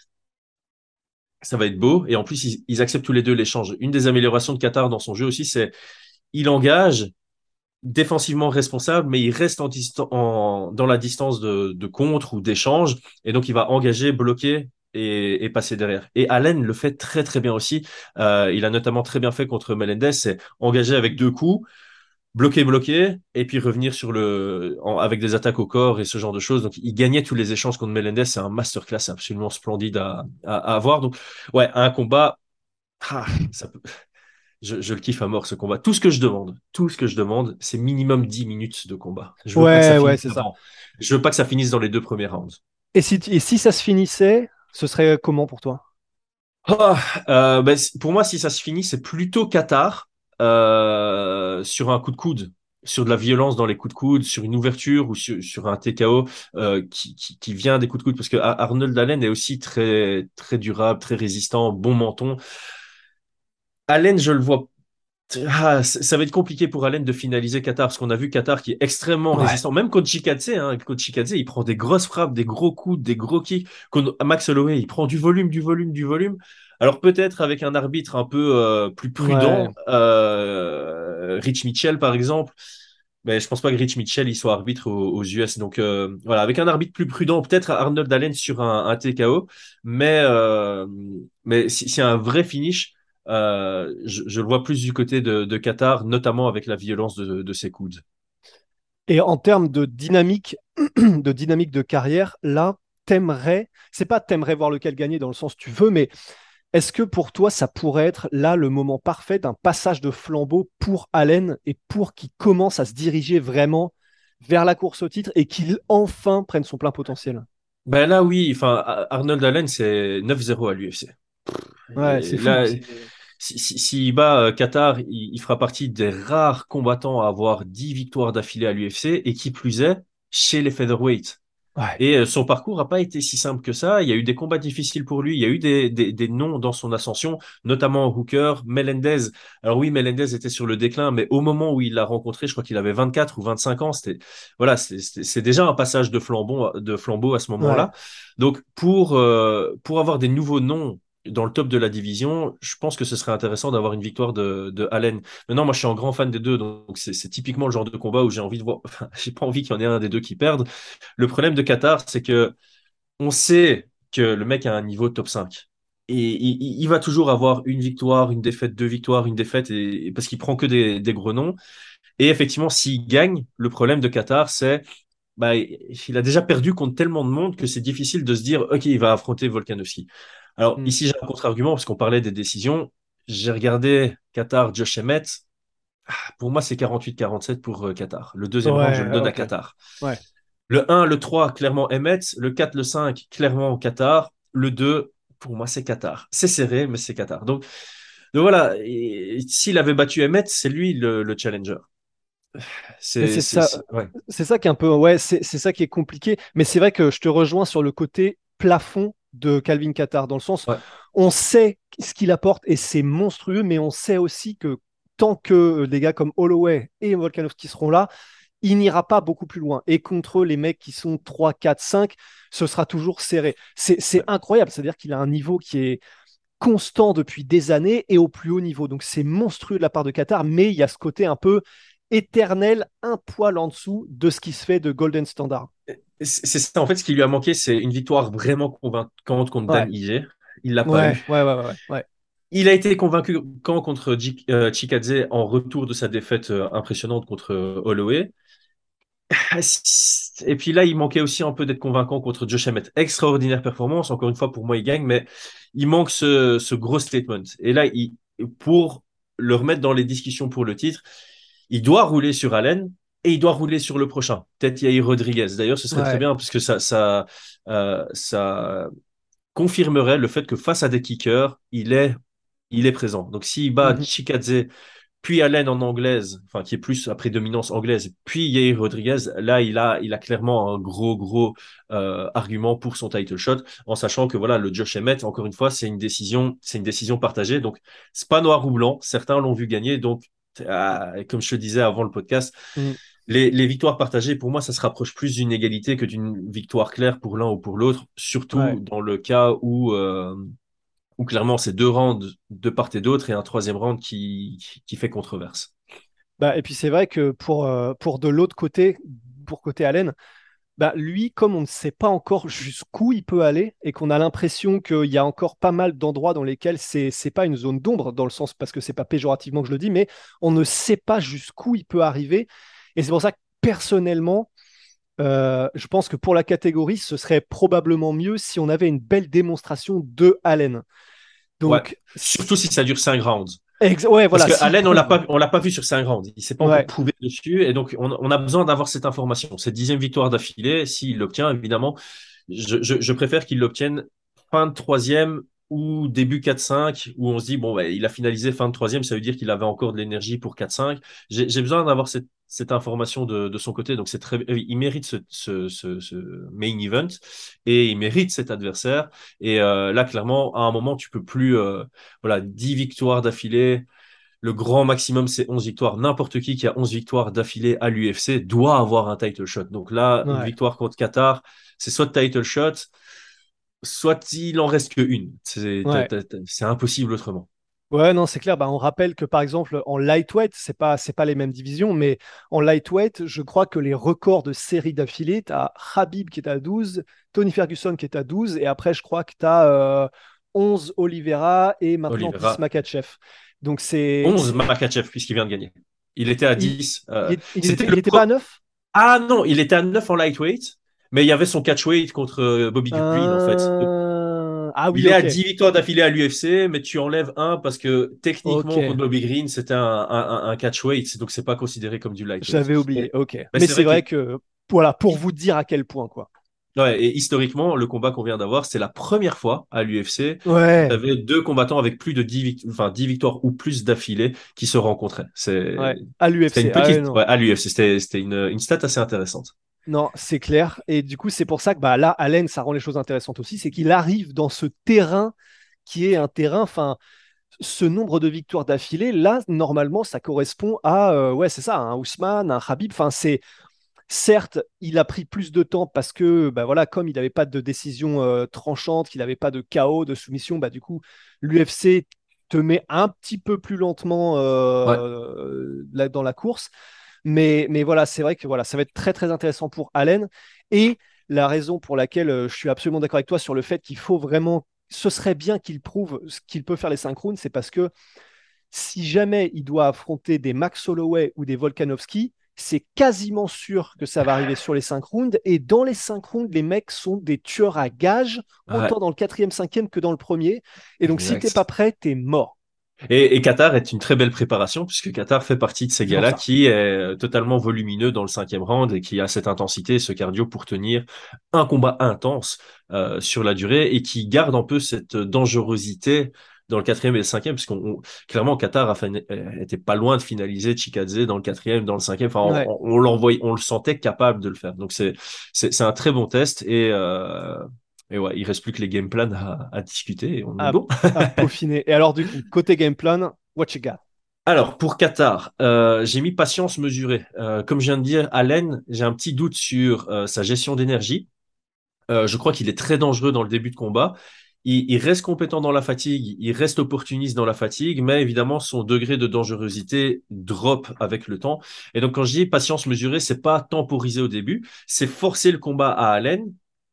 ça va être beau. Et en plus, ils, ils acceptent tous les deux l'échange. Une des améliorations de Qatar dans son jeu aussi, c'est il engage défensivement responsable, mais il reste en distan- en, dans la distance de, de contre ou d'échange. Et donc, il va engager, bloquer et, et passer derrière. Et Allen le fait très, très bien aussi. Euh, il a notamment très bien fait contre Melendez. C'est engager avec deux coups, bloquer, bloquer, et puis revenir sur le, en- avec des attaques au corps et ce genre de choses. Donc, il gagnait tous les échanges contre Melendez. C'est un masterclass absolument splendide à, à, à avoir. Donc, ouais, un combat, ah, ça peut, je, je le kiffe à mort ce combat. Tout ce que je demande, tout ce que je demande, c'est minimum dix minutes de combat. Je veux pas que ça Ouais, ouais, finisse c'est ça. avant. Je veux pas que ça finisse dans les deux premiers rounds. Et si, et si ça se finissait, ce serait comment pour toi? Ah, euh, ben, c- pour moi, si ça se finit, c'est plutôt Qatar euh, sur un coup de coude, sur de la violence dans les coups de coude, sur une ouverture ou sur, sur un T K O euh, qui, qui, qui vient des coups de coude. Parce que Ar- Arnold Allen est aussi très, très durable, très résistant, bon menton. Allen, je le vois. Ah, c- ça va être compliqué pour Allen de finaliser Qatar, parce qu'on a vu Qatar qui est extrêmement Ouais. résistant. Même contre Chikadze, hein, contre Chikadze, il prend des grosses frappes, des gros coups, des gros kicks. Contre Max Holloway, il prend du volume, du volume, du volume. Alors peut-être avec un arbitre un peu euh, plus Ouais. prudent, euh, Rich Mitchell par exemple, mais je pense pas que Rich Mitchell il soit arbitre aux, aux U S. Donc euh, voilà, avec un arbitre plus prudent, peut-être Arnold Allen sur un, un T K O, mais euh, mais si, si un vrai finish. Euh, je, je le vois plus du côté de, de Qatar, notamment avec la violence de, de ses coudes. Et en termes de dynamique, de dynamique de carrière, là, t'aimerais, c'est pas t'aimerais voir lequel gagner dans le sens tu veux, mais est-ce que pour toi, ça pourrait être là le moment parfait d'un passage de flambeau pour Allen et pour qu'il commence à se diriger vraiment vers la course au titre et qu'il enfin prenne son plein potentiel? Ben là, oui, enfin, Arnold Allen, c'est neuf zéro à l'U F C. Ouais, c'est Et fou. là, c'est- si, si- s'il bat euh, Qatar, il, il fera partie des rares combattants à avoir dix victoires d'affilée à l'U F C, et qui plus est, chez les featherweight. Ouais. Et euh, son parcours n'a pas été si simple que ça. Il y a eu des combats difficiles pour lui. Il y a eu des, des, des noms dans son ascension, notamment Hooker, Melendez. Alors oui, Melendez était sur le déclin, mais au moment où il l'a rencontré, je crois qu'il avait vingt-quatre ou vingt-cinq ans. C'était, voilà, c'est c'est- c'est déjà un passage de flambeau, de flambeau à ce Ouais. moment-là. Donc pour, euh, pour avoir des nouveaux noms dans le top de la division, je pense que ce serait intéressant d'avoir une victoire de, de Allen. Maintenant, moi, je suis un grand fan des deux, donc c'est c'est typiquement le genre de combat où j'ai envie de voir. Enfin, j'ai pas envie qu'il y en ait un des deux qui perde. Le problème de Qatar, c'est que on sait que le mec a un niveau top cinq. Et il, il- il va toujours avoir une victoire, une défaite, deux victoires, une défaite, et, et parce qu'il prend que des, des gros noms. Et effectivement, s'il gagne, le problème de Qatar, c'est bah, il a déjà perdu contre tellement de monde que c'est difficile de se dire, OK, il va affronter Volkanovski. Alors Mm. ici, j'ai un contre-argument parce qu'on parlait des décisions. J'ai regardé Qatar, Josh Emmett. Pour moi, c'est quarante-huit quarante-sept pour euh, Qatar. Le deuxième round, je le Ouais, donne à ok. Qatar. Ouais. Le un, le trois, clairement Emmett. Le quatre, le cinq, clairement Qatar. Le deux, pour moi, c'est Qatar. C'est serré, mais c'est Qatar. Donc, donc voilà, et s'il avait battu Emmett, c'est lui le, le challenger. Mais C'est, c'est c'est, ça, c'est- ouais. c'est ça qui est un peu, ouais, c'est c'est ça qui est compliqué. Mais c'est vrai que je te rejoins sur le côté plafond de Calvin Qatar, dans le sens, Ouais. on sait ce qu'il apporte et c'est monstrueux, mais on sait aussi que tant que des gars comme Holloway et Volkanovski seront là, il n'ira pas beaucoup plus loin. Et contre les mecs qui sont trois, quatre, cinq, ce sera toujours serré. C'est c'est Ouais. incroyable, c'est-à-dire qu'il a un niveau qui est constant depuis des années et au plus haut niveau. Donc c'est monstrueux de la part de Qatar, mais il y a ce côté un peu éternel, un poil en dessous de ce qui se fait de Golden Standard. C'est c'est ça, en fait, ce qui lui a manqué, c'est une victoire vraiment convaincante contre Ouais, Dan Ige. Il l'a pas ouais, eu. ouais, ouais, ouais, ouais. Il a été convaincu quand contre Ji- euh, Chikadze en retour de sa défaite euh, impressionnante contre euh, Holloway. Et puis là, il manquait aussi un peu d'être convaincant contre Josh Emmett. Extraordinaire performance. Encore une fois, pour moi, il gagne, mais il manque ce, ce gros statement. Et là, il, pour le remettre dans les discussions pour le titre, il doit rouler sur Allen et il doit rouler sur le prochain. Peut-être Yair Rodriguez. D'ailleurs, ce serait très Ouais. bien parce que ça, ça, euh, ça confirmerait le fait que face à des kickers, il est, il est présent. Donc, s'il bat Mhm. Chikadze puis Allen en anglaise, enfin qui est plus après dominance anglaise, puis Yair Rodriguez, là il a, il a clairement un gros gros euh, argument pour son title shot, en sachant que voilà le Josh Emmett, encore une fois, c'est une décision, c'est une décision partagée, donc c'est pas noir ou blanc, certains l'ont vu gagner, donc euh, comme je te disais avant le podcast, Mhm. les, les victoires partagées, pour moi, ça se rapproche plus d'une égalité que d'une victoire claire pour l'un ou pour l'autre, surtout Ouais. dans le cas où euh, où clairement c'est deux rounds de part et d'autre et un troisième round qui, qui fait controverse. Bah, et puis c'est vrai que pour, euh, pour de l'autre côté, pour côté Allen, bah, lui, comme on ne sait pas encore jusqu'où il peut aller et qu'on a l'impression qu'il y a encore pas mal d'endroits dans lesquels c'est c'est pas une zone d'ombre, dans le sens parce que c'est pas péjorativement que je le dis, mais on ne sait pas jusqu'où il peut arriver. Et c'est pour ça que personnellement, euh, je pense que pour la catégorie, ce serait probablement mieux si on avait une belle démonstration de Allen. Ouais, Donc, surtout si- si ça dure cinq rounds. ex- ouais, Parce voilà, que s'il Allen, on l'a prouve. pas, on l'a pas vu sur cinq rounds. Il s'est pas encore Ouais, prouvé dessus. Et donc, on, on a besoin d'avoir cette information. Cette dixième victoire d'affilée, s'il l'obtient, évidemment, je, je, je préfère qu'il l'obtienne fin de troisième ou début quatre cinq, où on se dit, bon, ouais, il a finalisé fin de troisième, ça veut dire qu'il avait encore de l'énergie pour quatre cinq. J'ai, j'ai besoin d'avoir cette, cette information de, de son côté. Donc, c'est très, il mérite ce, ce, ce, ce main event et il mérite cet adversaire. Et euh, là, clairement, à un moment, tu peux plus, euh, voilà, dix victoires d'affilée. Le grand maximum, c'est onze victoires. N'importe qui qui a onze victoires d'affilée à l'U F C doit avoir un title shot. Donc là, une ouais, victoire contre Qatar, c'est soit title shot, soit il en reste qu'une. C'est t'as- ouais. t'as- t'as- c'est impossible autrement. Ouais, non, c'est clair. Bah, on rappelle que par exemple en lightweight, c'est pas c'est pas les mêmes divisions, mais en lightweight, je crois que les records de séries d'affilée, tu as Khabib qui est à douze, Tony Ferguson qui est à douze, et après je crois que tu as onze Oliveira et maintenant dix Oliveira, Makhachev. Donc c'est onze c'est Makhachev, puisqu'il vient de gagner. Il était à il, dix. euh, il, il c'était était le il était pas à pro- neuf. Ah non, il était à neuf en lightweight, Mais il y avait son catchweight contre euh, Bobby Green, en fait. Donc, Euh, Ah il oui, est à ok. dix victoires d'affilée à l'U F C, mais tu enlèves un parce que techniquement, contre Ok. Bobby Green, c'était un, un, un catchweight, donc c'est pas considéré comme du lightweight. J'avais oublié. Mais, Ok. mais Mais c'est c'est vrai que vrai que, voilà, pour vous dire à quel point, quoi. ouais, et historiquement, le combat qu'on vient d'avoir, c'est la première fois à l'U F C où tu Ouais. avais deux combattants avec plus de dix, vict- enfin, dix victoires ou plus d'affilée qui se rencontraient. C'est, Ouais. À c'était une l'U F C. Ah ouais, petite, non. ouais, à l'U F C, c'était, c'était une, une stat assez intéressante. Non, c'est clair. Et du coup, c'est pour ça que bah, là, Allen, ça rend les choses intéressantes aussi. C'est qu'il arrive dans ce terrain qui est un terrain, enfin, ce nombre de victoires d'affilée, là, normalement, ça correspond à, euh, ouais, c'est ça, un Ousmane, un Khabib. Enfin, c'est, certes, il a pris plus de temps parce que, bah voilà, comme il n'avait pas de décision euh, tranchante, qu'il n'avait pas de K O, de soumission, bah du coup, l'U F C te met un petit peu plus lentement Ouais. euh, là, dans la course. Mais, mais voilà, c'est vrai que voilà, ça va être très très intéressant pour Allen. Et la raison pour laquelle euh, je suis absolument d'accord avec toi sur le fait qu'il faut vraiment, ce serait bien qu'il prouve ce qu'il peut faire les cinq rounds, c'est parce que si jamais il doit affronter des Max Holloway ou des Volkanovski, c'est quasiment sûr que ça va arriver sur les cinq rounds. Et dans les cinq rounds, les mecs sont des tueurs à gages, Ouais, autant dans le quatrième, cinquième que dans le premier. Et donc, si t'es pas exact. prêt, t'es mort. Et, et Qatar est une très belle préparation puisque Qatar fait partie de ces C'est pour gars-là ça. qui est euh, totalement volumineux dans le cinquième round et qui a cette intensité, ce cardio pour tenir un combat intense euh, sur la durée et qui garde un peu cette dangerosité dans le quatrième et le cinquième, parce qu'on on- clairement Qatar a fait, euh, était pas loin de finaliser Chikadze dans le quatrième, dans le cinquième. Enfin, on, Ouais. on, on l'envoyait, on le sentait capable de le faire. Donc c'est c'est c'est un très bon test et euh, et ouais, il reste plus que les game plans à, à discuter et on est À, bon. à peaufiner. Et alors, du coup, côté game plan, what you got? Alors, pour Qatar, euh, j'ai mis patience mesurée. Euh, comme je viens de dire, Allen, j'ai un petit doute sur euh, sa gestion d'énergie. Euh, je crois qu'il est très dangereux dans le début de combat. Il, il reste compétent dans la fatigue, il reste opportuniste dans la fatigue, mais évidemment, son degré de dangerosité drop avec le temps. Et donc, quand je dis patience mesurée, c'est pas temporiser au début, c'est forcer le combat à Allen,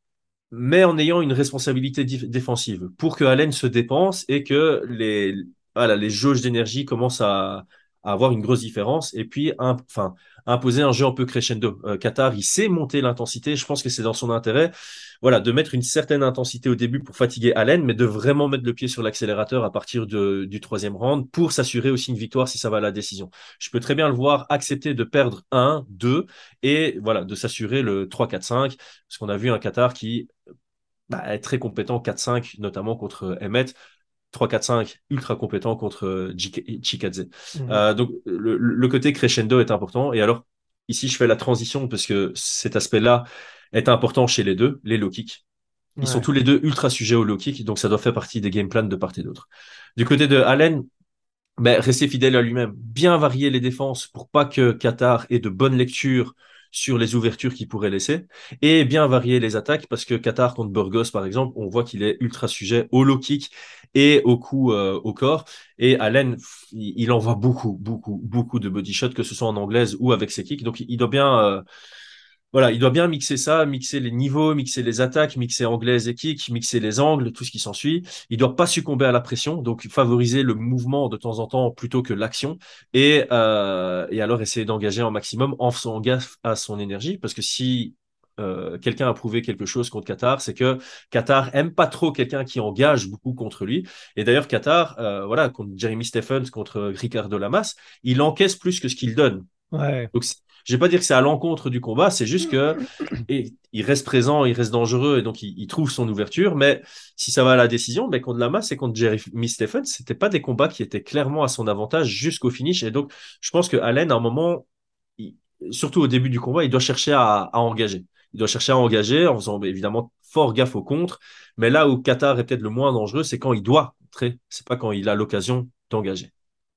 mais en ayant une responsabilité dif- défensive pour que Allen se dépense et que les, voilà, les jauges d'énergie commencent à, à avoir une grosse différence et puis un, enfin, imposer un jeu un peu crescendo. Euh, Qatar, il sait monter l'intensité. Je pense que c'est dans son intérêt, voilà, de mettre une certaine intensité au début pour fatiguer Allen, mais de vraiment mettre le pied sur l'accélérateur à partir de, du troisième round pour s'assurer aussi une victoire si ça va à la décision. Je peux très bien le voir accepter de perdre un, deux et voilà, de s'assurer le trois, quatre, cinq, parce qu'on a vu un Qatar qui bah, est très compétent quatre cinq, notamment contre Emmet. trois quatre cinq, ultra compétent contre Chikadze. Mhm. Euh, donc, le, le côté crescendo est important. Et alors, ici, je fais la transition parce que cet aspect-là est important chez les deux, les low kicks. Ils sont Ouais. tous les deux ultra sujets au low kick, donc ça doit faire partie des game plans de part et d'autre. Du côté de Allen, ben, rester fidèle à lui-même, bien varier les défenses pour pas que Qatar ait de bonnes lectures sur les ouvertures qu'il pourrait laisser, et bien varier les attaques parce que Qatar contre Burgos, par exemple, on voit qu'il est ultra sujet au low kick et au coup euh, au corps. Et Allen, il, il envoie beaucoup, beaucoup, beaucoup de body shots, que ce soit en anglaise ou avec ses kicks. Donc il doit bien euh, voilà, il doit bien mixer ça, mixer les niveaux, mixer les attaques, mixer anglaise et kick, mixer les angles, tout ce qui s'ensuit. Il doit pas succomber à la pression, donc favoriser le mouvement de temps en temps plutôt que l'action, et, euh, et alors essayer d'engager un maximum en faisant gaffe à son énergie, parce que si euh, quelqu'un a prouvé quelque chose contre Qatar, c'est que Qatar aime pas trop quelqu'un qui engage beaucoup contre lui. Et d'ailleurs, Qatar, euh, voilà, contre Jeremy Stephens, contre Ricardo Lamas, il encaisse plus que ce qu'il donne. Ouais. Donc, je vais pas dire que c'est à l'encontre du combat, c'est juste que et, il reste présent, il reste dangereux et donc il, il trouve son ouverture. Mais si ça va à la décision, ben, contre Lamas et contre Jeremy Stephens, c'était pas des combats qui étaient clairement à son avantage jusqu'au finish. Et donc, je pense que Allen, à un moment, il- surtout au début du combat, il doit chercher à, à engager. Il doit chercher à engager en faisant évidemment fort gaffe au contre. Mais là où Qatar est peut-être le moins dangereux, c'est quand il doit contrer. C'est pas quand il a l'occasion d'engager.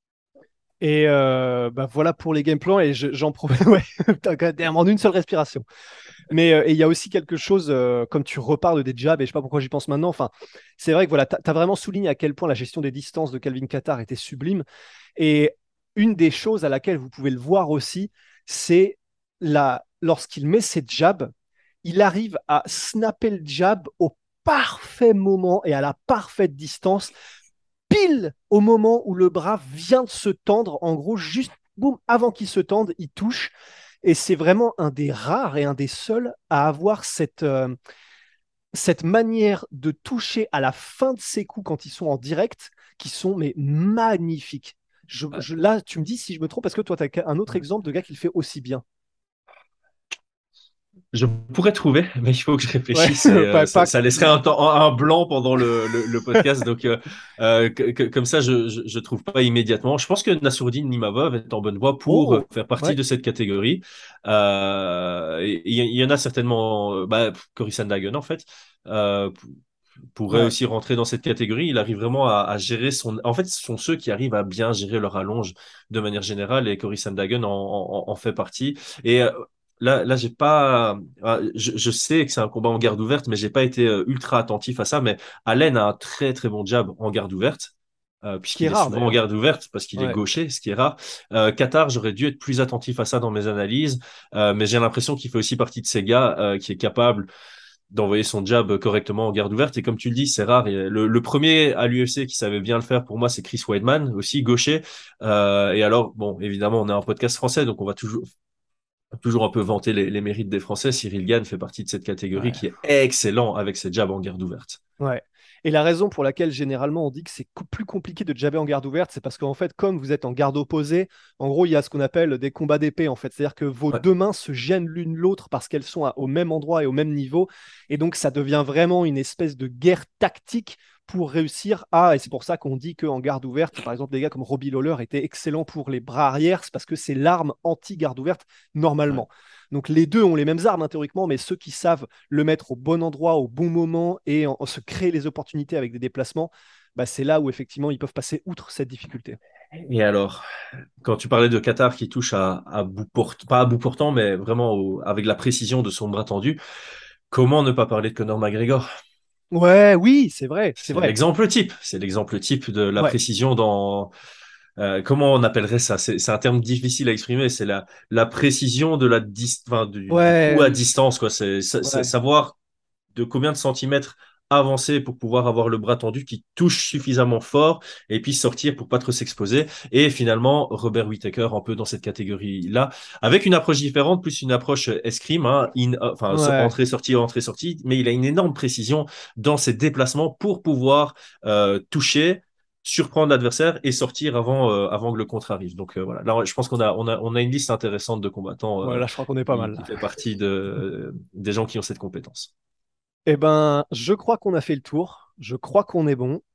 Et euh, bah voilà pour les game plans. Et je- j'en profite. Ouais, t'as quand même en une seule respiration. Mais euh, et il y a aussi quelque chose, euh, comme tu reparles des jabs, et je sais pas pourquoi j'y pense maintenant. Enfin, c'est vrai que voilà, tu as vraiment souligné à quel point la gestion des distances de Calvin Qatar était sublime. Et une des choses à laquelle vous pouvez le voir aussi, c'est la, lorsqu'il met ses jabs, il arrive à snapper le jab au parfait moment et à la parfaite distance, pile au moment où le bras vient de se tendre. En gros, juste boum, avant qu'il se tende, il touche. Et c'est vraiment un des rares et un des seuls à avoir cette, euh, cette manière de toucher à la fin de ses coups quand ils sont en direct, qui sont mais magnifiques. Je, je- là, tu me dis si je me trompe, parce que toi, tu as un autre exemple de gars qui le fait aussi bien. Je pourrais trouver, mais il faut que je Ouais, réfléchisse et euh, pas, ça, pas- ça laisserait un temps, un blanc pendant le, le, le podcast. Donc, euh, euh, que- que- comme ça, je, je, je trouve pas immédiatement. Je pense que Nassourdine Nimavov est en bonne voie pour euh, Oh, faire partie ouais, de cette catégorie. Euh, et Il y, il y en a certainement, euh, bah, Cory Sandhagen en fait. Euh, p- pourrait ouais, aussi rentrer dans cette catégorie. Il arrive vraiment à, à gérer son. En fait, ce sont ceux qui arrivent à bien gérer leur allonge de manière générale, et Cory Sandhagen en, en, en fait partie. Et euh, Là, là, j'ai pas. euh, Je, je sais que c'est un combat en garde ouverte, mais j'ai pas été euh, ultra attentif à ça. Mais Allen a un très très bon jab en garde ouverte, euh, ce qui est puisqu'il est rare souvent en d'ailleurs. garde ouverte parce qu'il est Ouais. gaucher, ce qui est rare. Euh, Qatar, j'aurais dû être plus attentif à ça dans mes analyses, euh, mais j'ai l'impression qu'il fait aussi partie de ces gars euh, qui est capable d'envoyer son jab correctement en garde ouverte. Et comme tu le dis, c'est rare. Et le, le premier à l'U F C qui savait bien le faire pour moi, c'est Chris Weidman, aussi gaucher. Euh, et alors, bon, évidemment, on est un podcast français, donc on va toujours toujours un peu vanter les, les mérites des Français. Cyril Gane fait partie de cette catégorie Ouais. qui est excellent avec ses jabs en garde ouverte. Ouais. Et la raison pour laquelle généralement on dit que c'est co- plus compliqué de jabber en garde ouverte, c'est parce qu'en fait, comme vous êtes en garde opposée, en gros, il y a ce qu'on appelle des combats d'épée en fait. C'est-à-dire que vos Ouais, deux mains se gênent l'une l'autre parce qu'elles sont à- au même endroit et au même niveau. Et donc, ça devient vraiment une espèce de guerre tactique pour réussir à. Et c'est pour ça qu'on dit qu'en garde ouverte, par exemple, des gars comme Robbie Lawler étaient excellents pour les bras arrière, c'est parce que c'est l'arme anti-garde ouverte ouais. normalement. Donc les deux ont les mêmes armes hein, théoriquement, mais ceux qui savent le mettre au bon endroit, au bon moment et en, en se créer les opportunités avec des déplacements, bah, c'est là où effectivement ils peuvent passer outre cette difficulté. Et alors, quand tu parlais de Qatar qui touche à, à bout portant, pas à bout portant, mais vraiment au- avec la précision de son bras tendu, comment ne pas parler de Conor McGregor? Ouais, oui, c'est vrai, c'est C'est vrai. l'exemple type. C'est l'exemple type de la Ouais, précision dans, euh, comment on appellerait ça? C'est c'est un terme difficile à exprimer. C'est la, la précision de la dis, enfin, du, du coup ouais, à distance, quoi. C'est sa- sa- ouais. savoir de combien de centimètres avancer pour pouvoir avoir le bras tendu qui touche suffisamment fort et puis sortir pour pas trop s'exposer. Et finalement, Robert Whittaker un peu dans cette catégorie-là, avec une approche différente, plus une approche escrime, hein, in, enfin Ouais. entrée-sortie, entrée-sortie, mais il a une énorme précision dans ses déplacements pour pouvoir euh, toucher, surprendre l'adversaire et sortir avant, euh, avant que le contre arrive. Donc euh, voilà, là je pense qu'on a, on a, on a une liste intéressante de combattants Ouais, euh, là, je crois qu'on est pas qui, mal. qui Là. fait partie de, des gens qui ont cette compétence. Eh ben, je crois qu'on a fait le tour. Je crois qu'on est bon.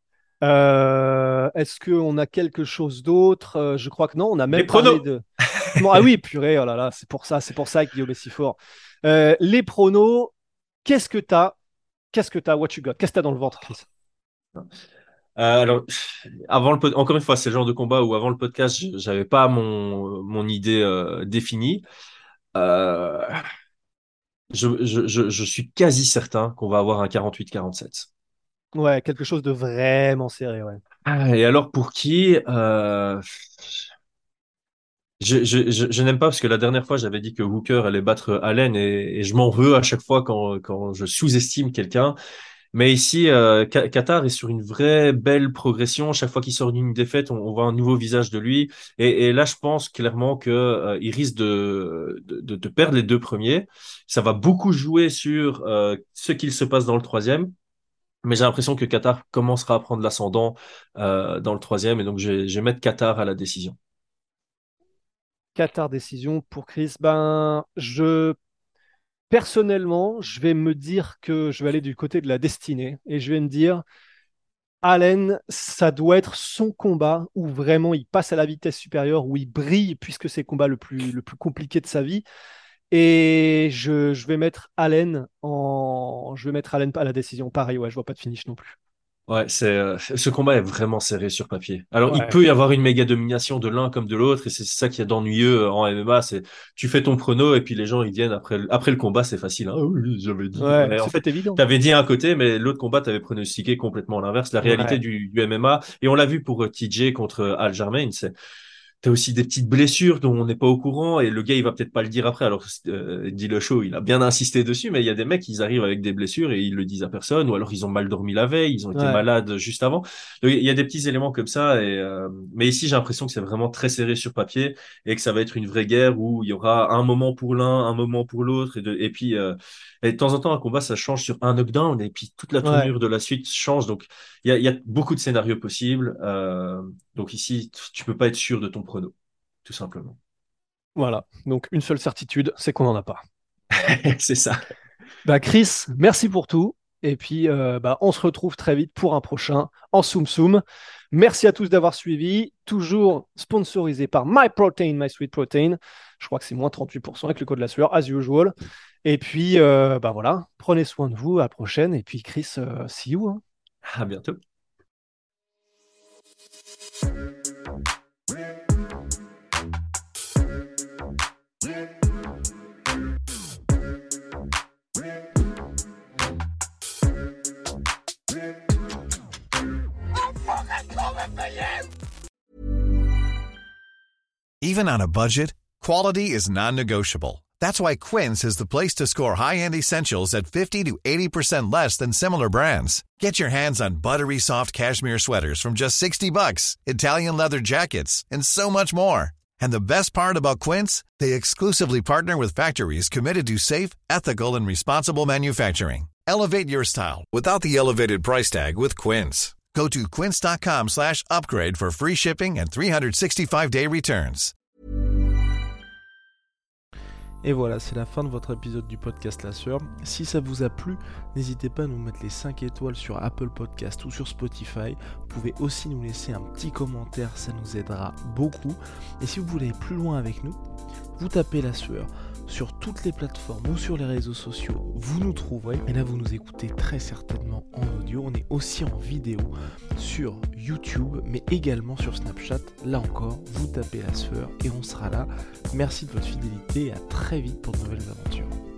Euh, est-ce qu'on a quelque chose d'autre? Euh, je crois que non. On a Les même parlé pronos. de. Bon, ah oui, purée, oh là là, c'est pour ça, c'est pour ça que Guillaume est si fort. Euh, les pronos, qu'est-ce que t'as? Qu'est-ce que t'as? What you got? Qu'est-ce que t'as dans le ventre, Chris? Euh, alors, avant le pod- encore une fois, c'est le genre de combat où avant le podcast, je- j'avais pas mon, mon idée euh, définie. Euh, je, je, je, je suis quasi certain qu'on va avoir un quarante-huit quarante-sept. Ouais, quelque chose de vraiment serré, ouais. Ah, et alors, pour qui? Euh, je, je, je, je n'aime pas parce que la dernière fois, j'avais dit que Hooker allait battre Allen et, et je m'en veux à chaque fois quand, quand je sous-estime quelqu'un. Mais ici, euh, Ka- Qatar est sur une vraie belle progression. Chaque fois qu'il sort d'une défaite, on, on voit un nouveau visage de lui. Et, et là, je pense clairement que euh, il risque de, de, de- de perdre les deux premiers. Ça va beaucoup jouer sur euh, ce qu'il se passe dans le troisième. Mais j'ai l'impression que Qatar commencera à prendre l'ascendant euh, dans le troisième. Et donc, je, vais- je vais mettre Qatar à la décision. Qatar décision pour Chris. Ben, je personnellement, je vais me dire que je vais aller du côté de la destinée et je vais me dire, Allen, ça doit être son combat où vraiment il passe à la vitesse supérieure, où il brille puisque c'est le combat le plus, le plus compliqué de sa vie. Et je, je vais mettre Allen en, je vais mettre Allen à la décision. Pareil, ouais, je vois pas de finish non plus. Ouais, c'est euh, ce combat est vraiment serré sur papier. Alors, il Ouais. peut y avoir une méga domination de l'un comme de l'autre, et c'est ça qui est d'ennuyeux euh, en M M A. C'est tu fais ton prono et puis les gens ils viennent après le, après le combat, c'est facile. Hein. Ah oui, j'avais dit. Ouais, Ouais, en c'est fait, peut-être évident. t'avais dit un côté, mais l'autre combat t'avais pronostiqué complètement l'inverse. La réalité Ouais. du, du M M A, et on l'a vu pour euh, T J contre euh, Aljamain, c'est T'as aussi des petites blessures dont on n'est pas au courant et le gars il va peut-être pas le dire après. Alors euh, dit le show, il a bien insisté dessus, mais il y a des mecs ils arrivent avec des blessures et ils le disent à personne, ou alors ils ont mal dormi la veille, ils ont été Ouais. malades juste avant. Donc, il y a des petits éléments comme ça. Et euh, mais ici j'ai l'impression que c'est vraiment très serré sur papier et que ça va être une vraie guerre où il y aura un moment pour l'un, un moment pour l'autre et, de, et puis euh, et de temps en temps un combat ça change sur un knockdown et puis toute la Ouais. tournure de la suite change. Donc il y a, il y a beaucoup de scénarios possibles. Euh, donc ici tu peux pas être sûr de ton prono, tout simplement. Voilà. Donc, une seule certitude, c'est qu'on n'en a pas. C'est ça. Bah, Chris, merci pour tout. Et puis, euh, bah, on se retrouve très vite pour un prochain en Soum Soum. Merci à tous d'avoir suivi. Toujours sponsorisé par MyProtein, My Sweet Protein. Je crois que c'est moins trente-huit pour cent avec le code de la sueur, as usual. Et puis, euh, bah voilà, prenez soin de vous. À la prochaine. Et puis, Chris, euh, see you, hein. À bientôt. Even on a budget, quality is non-negotiable. That's why Quince is the place to score high-end essentials at fifty to eighty percent less than similar brands. Get your hands on buttery soft cashmere sweaters from just sixty bucks, Italian leather jackets, and so much more. And the best part about Quince, they exclusively partner with factories committed to safe, ethical, and responsible manufacturing. Elevate your style without the elevated price tag with Quince. Go to quince.com slash upgrade for free shipping and three sixty-five day returns. Et voilà, c'est la fin de votre épisode du podcast La Sueur. Si ça vous a plu, n'hésitez pas à nous mettre les cinq étoiles sur Apple Podcast ou sur Spotify. Vous pouvez aussi nous laisser un petit commentaire, ça nous aidera beaucoup. Et si vous voulez aller plus loin avec nous, vous tapez La Sueur sur toutes les plateformes ou sur les réseaux sociaux, vous nous trouverez. Et là, vous nous écoutez très certainement en audio. On est aussi en vidéo sur YouTube, mais également sur Snapchat. Là encore, vous tapez La Sueur et on sera là. Merci de votre fidélité et à très vite pour de nouvelles aventures.